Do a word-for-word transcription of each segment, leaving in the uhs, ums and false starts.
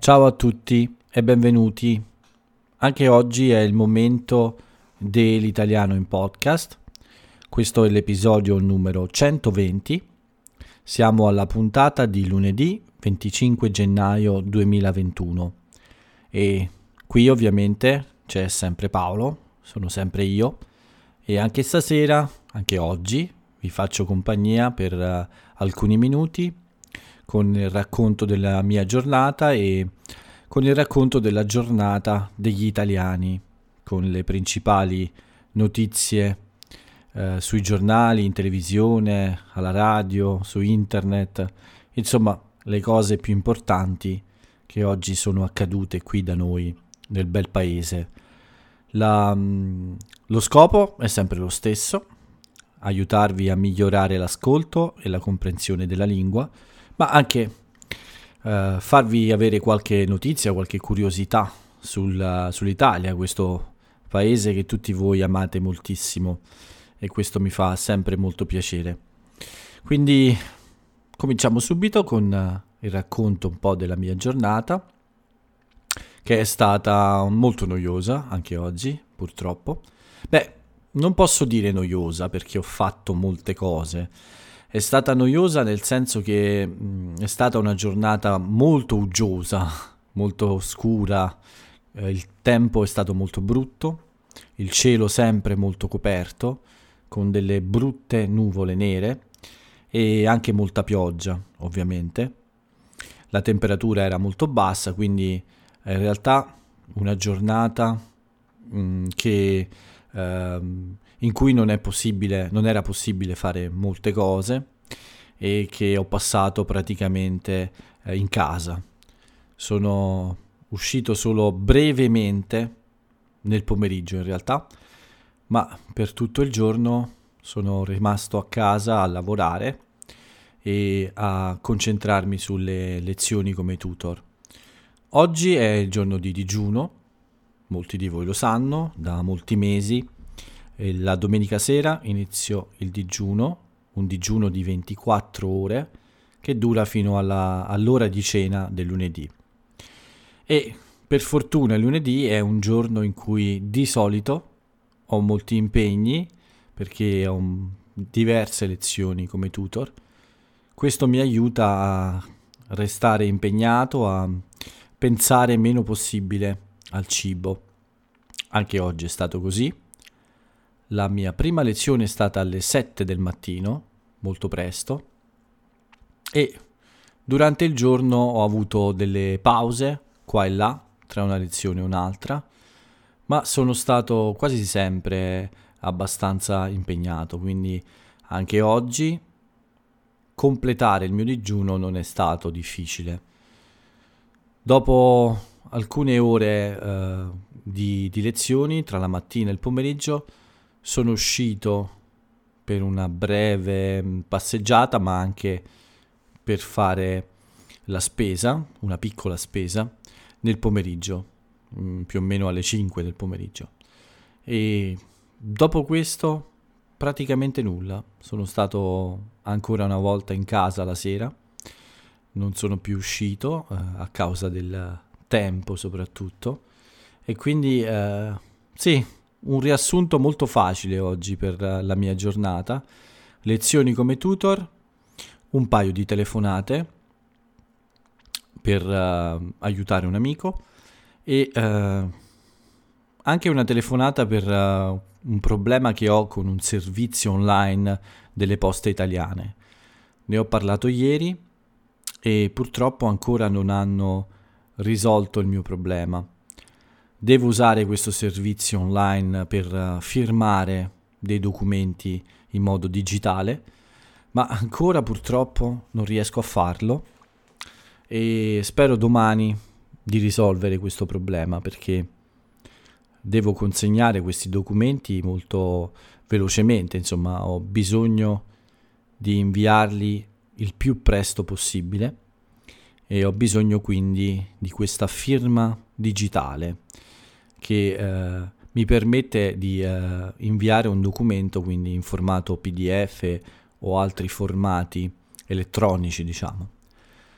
Ciao a tutti e benvenuti. Anche oggi è il momento dell'italiano in podcast. Questo è l'episodio numero centoventi. Siamo alla puntata di lunedì venticinque gennaio duemilaventuno e qui ovviamente c'è sempre Paolo, sono sempre io e anche stasera, anche oggi, vi faccio compagnia per uh, alcuni minuti con il racconto della mia giornata e con il racconto della giornata degli italiani, con le principali notizie eh, sui giornali, in televisione, alla radio, su internet, insomma le cose più importanti che oggi sono accadute qui da noi, nel bel paese. La, mh, lo scopo è sempre lo stesso, aiutarvi a migliorare l'ascolto e la comprensione della lingua, ma anche uh, farvi avere qualche notizia, qualche curiosità sul, sull'Italia, questo paese che tutti voi amate moltissimo e questo mi fa sempre molto piacere. Quindi cominciamo subito con uh, il racconto un po' della mia giornata, che è stata molto noiosa anche oggi, purtroppo. Beh, non posso dire noiosa perché ho fatto molte cose. È stata noiosa nel senso che mh, è stata una giornata molto uggiosa, molto scura, eh, il tempo è stato molto brutto, il cielo sempre molto coperto, con delle brutte nuvole nere e anche molta pioggia, ovviamente. La temperatura era molto bassa, quindi in realtà una giornata mh, che... Uh, in cui non è possibile, non era possibile fare molte cose e che ho passato praticamente uh, in casa. Sono uscito solo brevemente nel pomeriggio in realtà, ma per tutto il giorno sono rimasto a casa a lavorare e a concentrarmi sulle lezioni come tutor. Oggi è il giorno di digiuno. Molti di voi lo sanno, da molti mesi. E la domenica sera inizio il digiuno, un digiuno di ventiquattro ore che dura fino alla, all'ora di cena del lunedì. E per fortuna il lunedì è un giorno in cui di solito ho molti impegni perché ho diverse lezioni come tutor. Questo mi aiuta a restare impegnato, a pensare meno possibile al cibo. Anche oggi è stato così. La mia prima lezione è stata alle sette del mattino, molto presto, e durante il giorno ho avuto delle pause qua e là tra una lezione e un'altra, ma sono stato quasi sempre abbastanza impegnato, quindi anche oggi completare il mio digiuno non è stato difficile. Dopo alcune ore eh, di, di lezioni tra la mattina e il pomeriggio sono uscito per una breve passeggiata, ma anche per fare la spesa, una piccola spesa, nel pomeriggio, mh, più o meno alle cinque del pomeriggio. E dopo questo praticamente nulla. Sono stato ancora una volta in casa la sera, non sono più uscito eh, a causa del tempo soprattutto, e quindi eh, sì, un riassunto molto facile oggi per la mia giornata: lezioni come tutor, un paio di telefonate per uh, aiutare un amico e uh, anche una telefonata per uh, un problema che ho con un servizio online delle poste italiane. Ne ho parlato ieri e purtroppo ancora non hanno risolto il mio problema. Devo usare questo servizio online per uh, firmare dei documenti in modo digitale, ma ancora purtroppo non riesco a farlo e spero domani di risolvere questo problema, perché devo consegnare questi documenti molto velocemente, insomma ho bisogno di inviarli il più presto possibile e ho bisogno quindi di questa firma digitale che eh, mi permette di eh, inviare un documento quindi in formato P D F o altri formati elettronici, diciamo.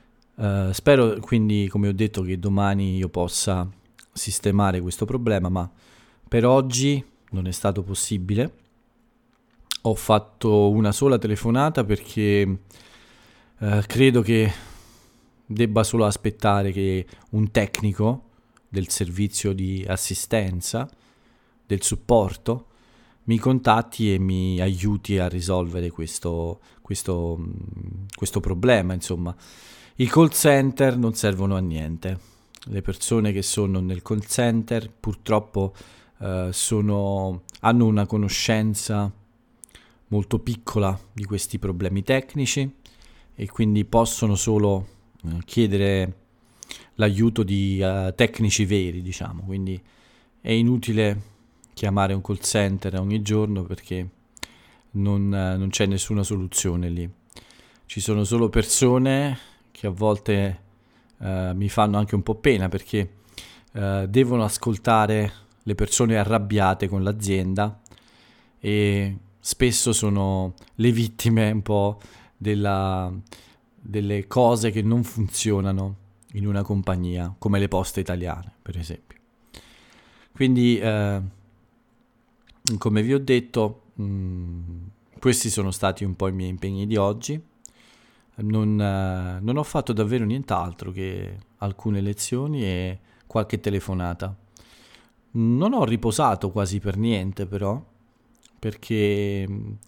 Uh, spero quindi, come ho detto, che domani io possa sistemare questo problema, ma per oggi non è stato possibile. Ho fatto una sola telefonata perché uh, credo che debba solo aspettare che un tecnico del servizio di assistenza, del supporto, mi contatti e mi aiuti a risolvere questo, questo, questo problema. Insomma, i call center non servono a niente. Le persone che sono nel call center purtroppo eh, sono, hanno una conoscenza molto piccola di questi problemi tecnici e quindi possono solo eh, chiedere l'aiuto di uh, tecnici veri, diciamo. Quindi è inutile chiamare un call center ogni giorno perché non, uh, non c'è nessuna soluzione lì. Ci sono solo persone che a volte uh, mi fanno anche un po' pena perché uh, devono ascoltare le persone arrabbiate con l'azienda e spesso sono le vittime un po' della, delle cose che non funzionano in una compagnia come le poste italiane, per esempio. Quindi eh, come vi ho detto, mh, questi sono stati un po' i miei impegni di oggi. Non, eh, non ho fatto davvero nient'altro che alcune lezioni e qualche telefonata. Non ho riposato quasi per niente, però, perché eh,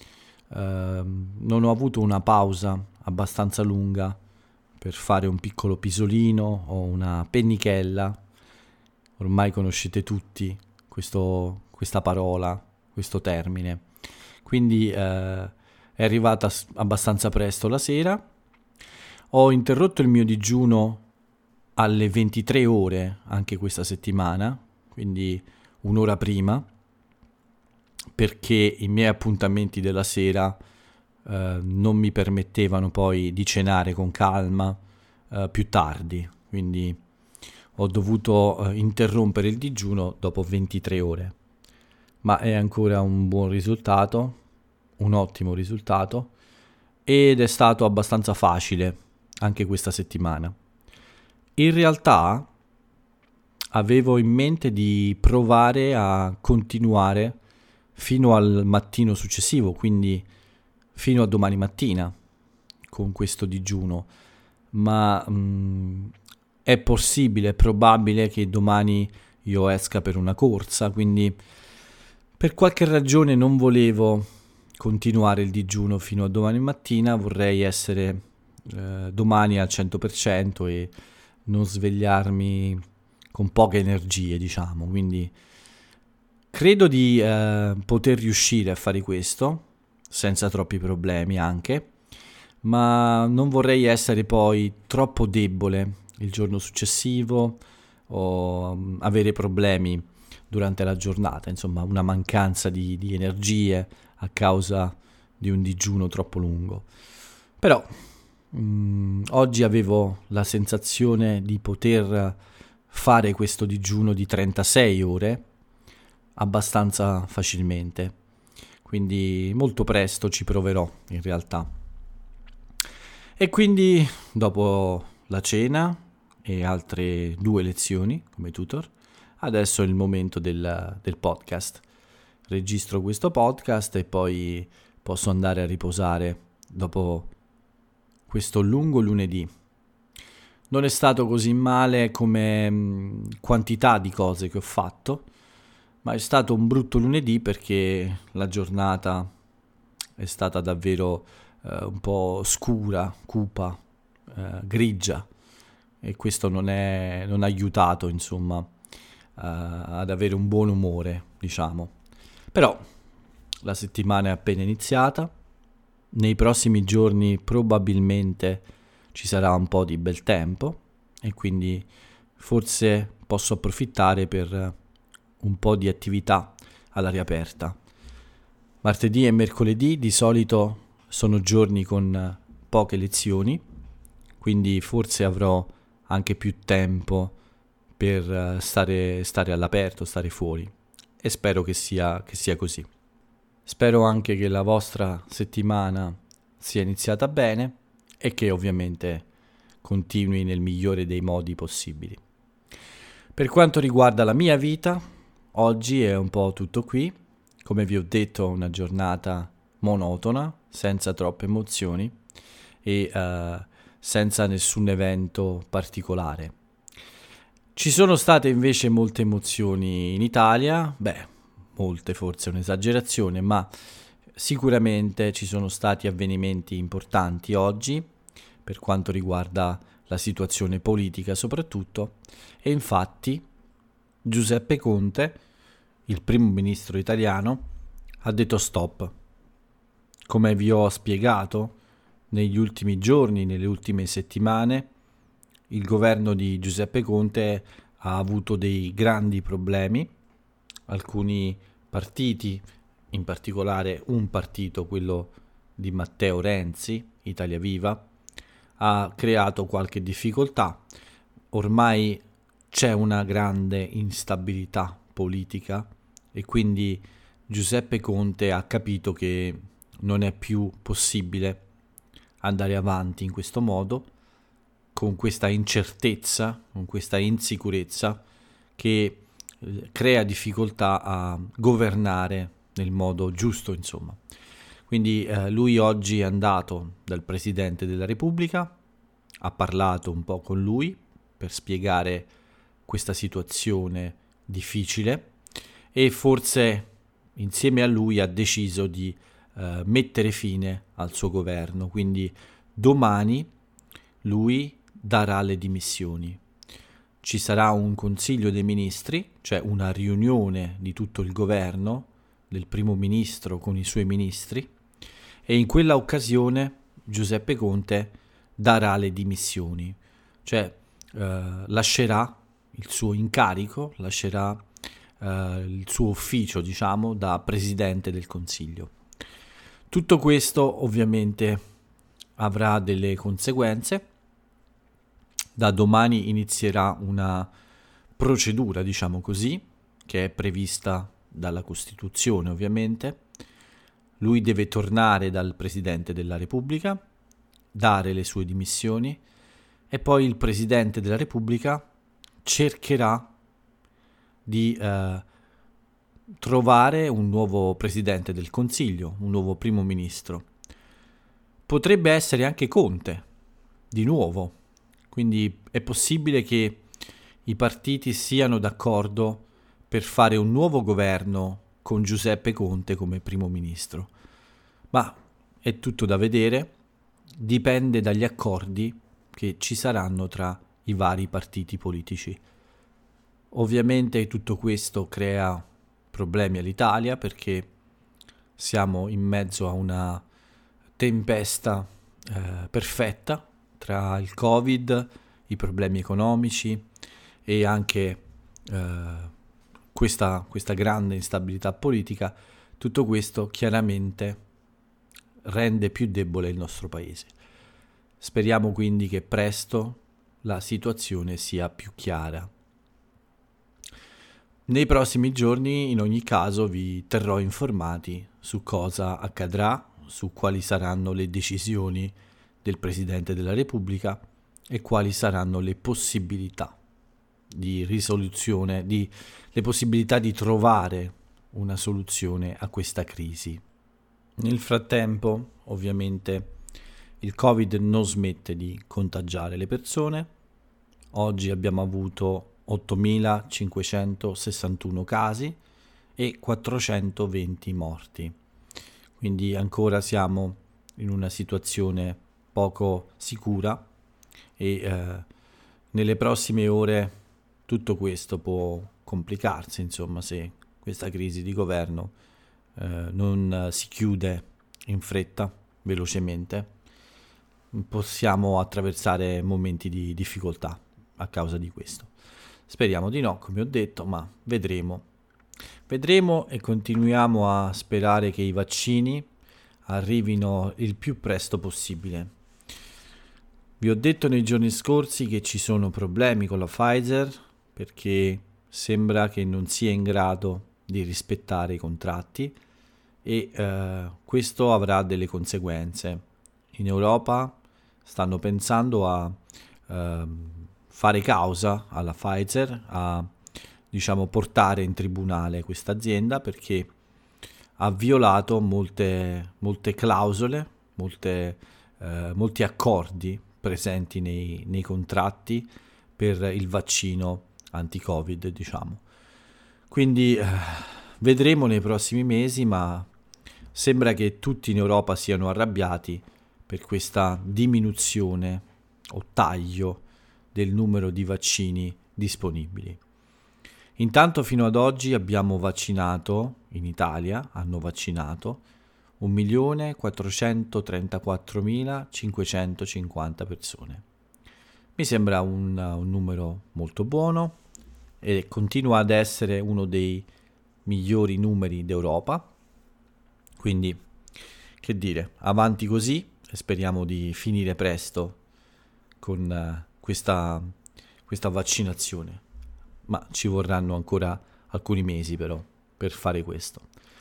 non ho avuto una pausa abbastanza lunga per fare un piccolo pisolino o una pennichella. Ormai conoscete tutti questo, questa parola, questo termine. Quindi eh, è arrivata abbastanza presto la sera. Ho interrotto il mio digiuno alle ventitré ore anche questa settimana, quindi un'ora prima, perché i miei appuntamenti della sera eh, non mi permettevano poi di cenare con calma eh, più tardi, quindi ho dovuto eh, interrompere il digiuno dopo ventitré ore. Ma è ancora un buon risultato, un ottimo risultato, ed è stato abbastanza facile anche questa settimana. In realtà avevo in mente di provare a continuare fino al mattino successivo, quindi fino a domani mattina con questo digiuno, ma mh, è possibile, è probabile che domani io esca per una corsa, quindi per qualche ragione non volevo continuare il digiuno fino a domani mattina, vorrei essere eh, domani al cento per cento e non svegliarmi con poche energie, diciamo. Quindi credo di eh, poter riuscire a fare questo senza troppi problemi anche, ma non vorrei essere poi troppo debole il giorno successivo o um, avere problemi durante la giornata, insomma una mancanza di, di energie a causa di un digiuno troppo lungo. Però mh, oggi avevo la sensazione di poter fare questo digiuno di trentasei ore abbastanza facilmente, quindi molto presto ci proverò in realtà. E quindi dopo la cena e altre due lezioni come tutor, adesso è il momento del, del podcast. Registro questo podcast e poi posso andare a riposare dopo questo lungo lunedì. Non è stato così male come mh, quantità di cose che ho fatto, ma è stato un brutto lunedì perché la giornata è stata davvero eh, un po' scura, cupa, eh, grigia, e questo non è non ha aiutato, insomma, uh, ad avere un buon umore, diciamo. Però la settimana è appena iniziata, nei prossimi giorni probabilmente ci sarà un po' di bel tempo e quindi forse posso approfittare per un po' di attività all'aria aperta. Martedì e mercoledì di solito sono giorni con poche lezioni, quindi forse avrò anche più tempo per stare, stare all'aperto, stare fuori, e spero che sia, che sia così. Spero anche che la vostra settimana sia iniziata bene e che ovviamente continui nel migliore dei modi possibili. Per quanto riguarda la mia vita, oggi è un po' tutto qui. Come vi ho detto, una giornata monotona, senza troppe emozioni e uh, senza nessun evento particolare. Ci sono state invece molte emozioni in Italia, beh, molte forse è un'esagerazione, ma sicuramente ci sono stati avvenimenti importanti oggi per quanto riguarda la situazione politica soprattutto, e infatti Giuseppe Conte, il primo ministro italiano, ha detto stop. Come vi ho spiegato negli ultimi giorni, nelle ultime settimane, il governo di Giuseppe Conte ha avuto dei grandi problemi. Alcuni partiti, in particolare un partito, quello di Matteo Renzi, Italia Viva, ha creato qualche difficoltà. Ormai c'è una grande instabilità politica e quindi Giuseppe Conte ha capito che non è più possibile andare avanti in questo modo, con questa incertezza, con questa insicurezza che crea difficoltà a governare nel modo giusto, insomma. Quindi eh, lui oggi è andato dal Presidente della Repubblica, ha parlato un po' con lui per spiegare questa situazione difficile e forse insieme a lui ha deciso di eh, mettere fine al suo governo. Quindi domani lui darà le dimissioni. Ci sarà un Consiglio dei Ministri, cioè una riunione di tutto il governo, del primo ministro con i suoi ministri, e in quella occasione Giuseppe Conte darà le dimissioni, cioè eh, lascerà il suo incarico, lascerà eh, il suo ufficio, diciamo, da Presidente del Consiglio. Tutto questo ovviamente avrà delle conseguenze. Da domani inizierà una procedura, diciamo così, che è prevista dalla Costituzione ovviamente. Lui deve tornare dal Presidente della Repubblica, dare le sue dimissioni e poi il Presidente della Repubblica cercherà di eh, trovare un nuovo Presidente del Consiglio, un nuovo Primo Ministro. Potrebbe essere anche Conte, di nuovo. Quindi è possibile che i partiti siano d'accordo per fare un nuovo governo con Giuseppe Conte come primo ministro. Ma è tutto da vedere, dipende dagli accordi che ci saranno tra i vari partiti politici. Ovviamente tutto questo crea problemi all'Italia perché siamo in mezzo a una tempesta eh, perfetta tra il Covid, i problemi economici e anche eh, questa, questa grande instabilità politica. Tutto questo chiaramente rende più debole il nostro paese. Speriamo quindi che presto la situazione sia più chiara. Nei prossimi giorni, in ogni caso, vi terrò informati su cosa accadrà, su quali saranno le decisioni del Presidente della Repubblica e quali saranno le possibilità di risoluzione, di, le possibilità di trovare una soluzione a questa crisi. Nel frattempo, ovviamente, il Covid non smette di contagiare le persone. Oggi abbiamo avuto ottomilacinquecentosessantuno casi e quattrocentoventi morti. Quindi ancora siamo in una situazione poco sicura e eh, nelle prossime ore tutto questo può complicarsi, insomma, se questa crisi di governo eh, non si chiude in fretta, velocemente, possiamo attraversare momenti di difficoltà a causa di questo. Speriamo di no, come ho detto, ma vedremo. Vedremo e continuiamo a sperare che i vaccini arrivino il più presto possibile. Vi ho detto nei giorni scorsi che ci sono problemi con la Pfizer perché sembra che non sia in grado di rispettare i contratti e eh, questo avrà delle conseguenze. In Europa stanno pensando a eh, fare causa alla Pfizer, a diciamo portare in tribunale questa azienda perché ha violato molte, molte clausole, molte, eh, molti accordi presenti nei, nei contratti per il vaccino anti-Covid, diciamo. Quindi eh, vedremo nei prossimi mesi, ma sembra che tutti in Europa siano arrabbiati per questa diminuzione o taglio del numero di vaccini disponibili. Intanto fino ad oggi abbiamo vaccinato, in Italia hanno vaccinato un milione quattrocentotrentaquattromilacinquecentocinquanta persone. Mi sembra un, un numero molto buono e continua ad essere uno dei migliori numeri d'Europa. Quindi, che dire, avanti così e speriamo di finire presto con uh, questa, questa vaccinazione. Ma ci vorranno ancora alcuni mesi però per fare questo.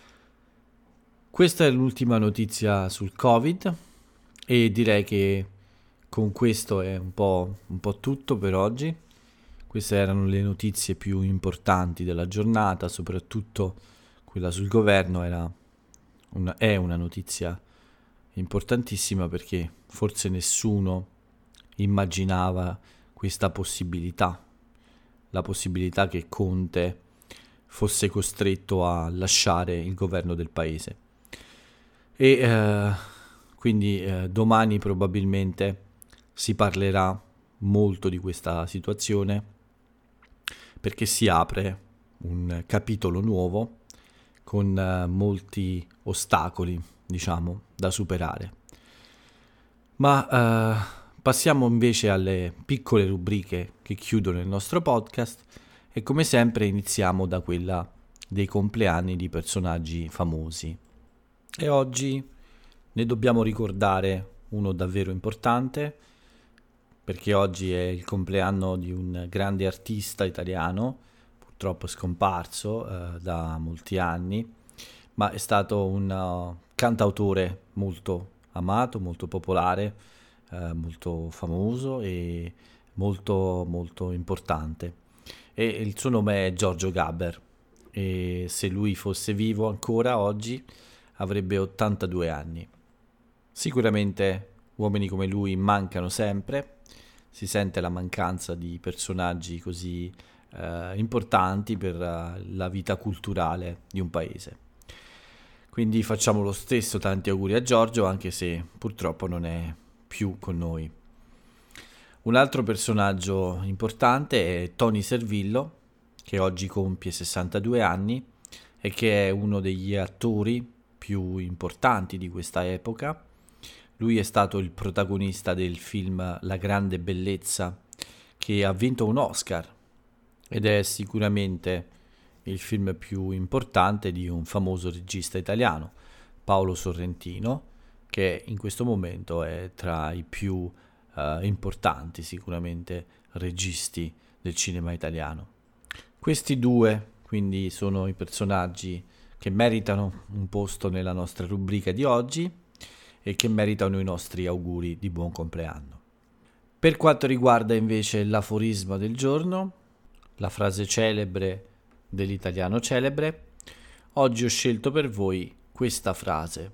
Questa è l'ultima notizia sul Covid e direi che con questo è un po', un po' tutto per oggi. Queste erano le notizie più importanti della giornata, soprattutto quella sul governo era una, è una notizia importantissima perché forse nessuno immaginava questa possibilità. La possibilità che Conte fosse costretto a lasciare il governo del paese. E eh, quindi eh, domani probabilmente si parlerà molto di questa situazione perché si apre un capitolo nuovo con eh, molti ostacoli, diciamo, da superare. Ma eh, passiamo invece alle piccole rubriche che chiudono il nostro podcast e come sempre iniziamo da quella dei compleanni di personaggi famosi. E oggi ne dobbiamo ricordare uno davvero importante perché oggi è il compleanno di un grande artista italiano, purtroppo scomparso uh, da molti anni, ma è stato un uh, cantautore molto amato, molto popolare, uh, molto famoso e molto molto importante. E il suo nome è Giorgio Gaber e se lui fosse vivo ancora oggi avrebbe ottantadue anni. Sicuramente uomini come lui mancano sempre, si sente la mancanza di personaggi così eh, importanti per uh, la vita culturale di un paese. Quindi facciamo lo stesso tanti auguri a Giorgio, anche se purtroppo non è più con noi. Un altro personaggio importante è Tony Servillo, che oggi compie sessantadue anni e che è uno degli attori più importanti di questa epoca. Lui è stato il protagonista del film La grande bellezza, che ha vinto un Oscar ed è sicuramente il film più importante di un famoso regista italiano, Paolo Sorrentino, che in questo momento è tra i più Uh, importanti sicuramente registi del cinema italiano. Questi due quindi sono i personaggi che meritano un posto nella nostra rubrica di oggi e che meritano i nostri auguri di buon compleanno. Per quanto riguarda invece l'aforisma del giorno, la frase celebre dell'italiano celebre, oggi ho scelto per voi questa frase: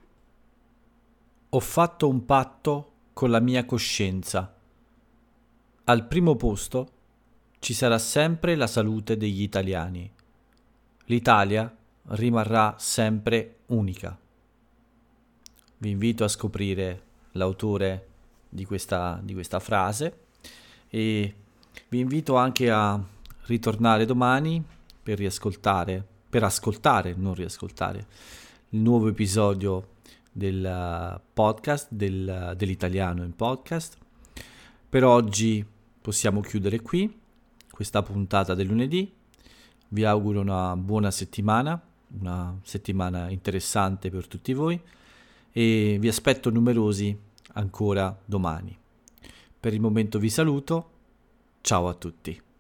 ho fatto un patto con la mia coscienza. Al primo posto ci sarà sempre la salute degli italiani. L'Italia rimarrà sempre unica. Vi invito a scoprire l'autore di questa, di questa frase e vi invito anche a ritornare domani per riascoltare, per ascoltare, non riascoltare, il nuovo episodio del podcast, del, dell'italiano in podcast. Per oggi possiamo chiudere qui questa puntata del lunedì. Vi auguro una buona settimana, una settimana interessante per tutti voi e vi aspetto numerosi ancora domani. Per il momento vi saluto, ciao a tutti.